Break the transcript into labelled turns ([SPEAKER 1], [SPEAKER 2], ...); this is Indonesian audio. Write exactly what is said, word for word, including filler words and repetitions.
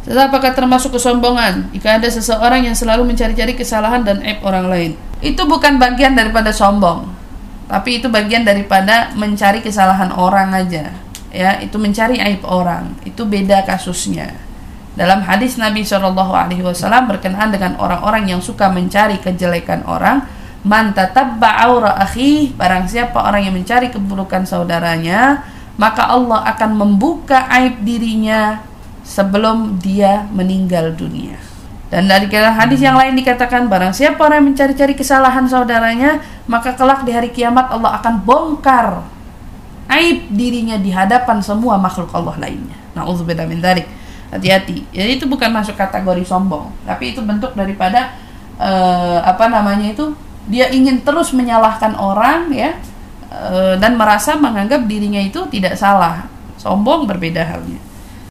[SPEAKER 1] Apakah termasuk kesombongan jika ada seseorang yang selalu mencari-cari kesalahan dan aib orang lain? Itu bukan bagian daripada sombong, tapi itu bagian daripada mencari kesalahan orang aja. Ya, itu mencari aib orang. Itu beda kasusnya. Dalam hadis Nabi shallallahu alaihi wasallam berkenaan dengan orang-orang yang suka mencari kejelekan orang, man tatabba aura akhi, barang siapa orang yang mencari keburukan saudaranya, maka Allah akan membuka aib dirinya sebelum dia meninggal dunia. Dan dari hadis yang lain dikatakan, barang siapa orang yang mencari-cari kesalahan saudaranya, maka kelak di hari kiamat Allah akan bongkar aib dirinya di hadapan semua makhluk Allah lainnya. Na'udzubillah min dzalik. Hati-hati. Jadi itu bukan masuk kategori sombong, tapi itu bentuk daripada uh, apa namanya itu, dia ingin terus menyalahkan orang, ya, uh, dan merasa menganggap dirinya itu tidak salah. Sombong berbeda halnya.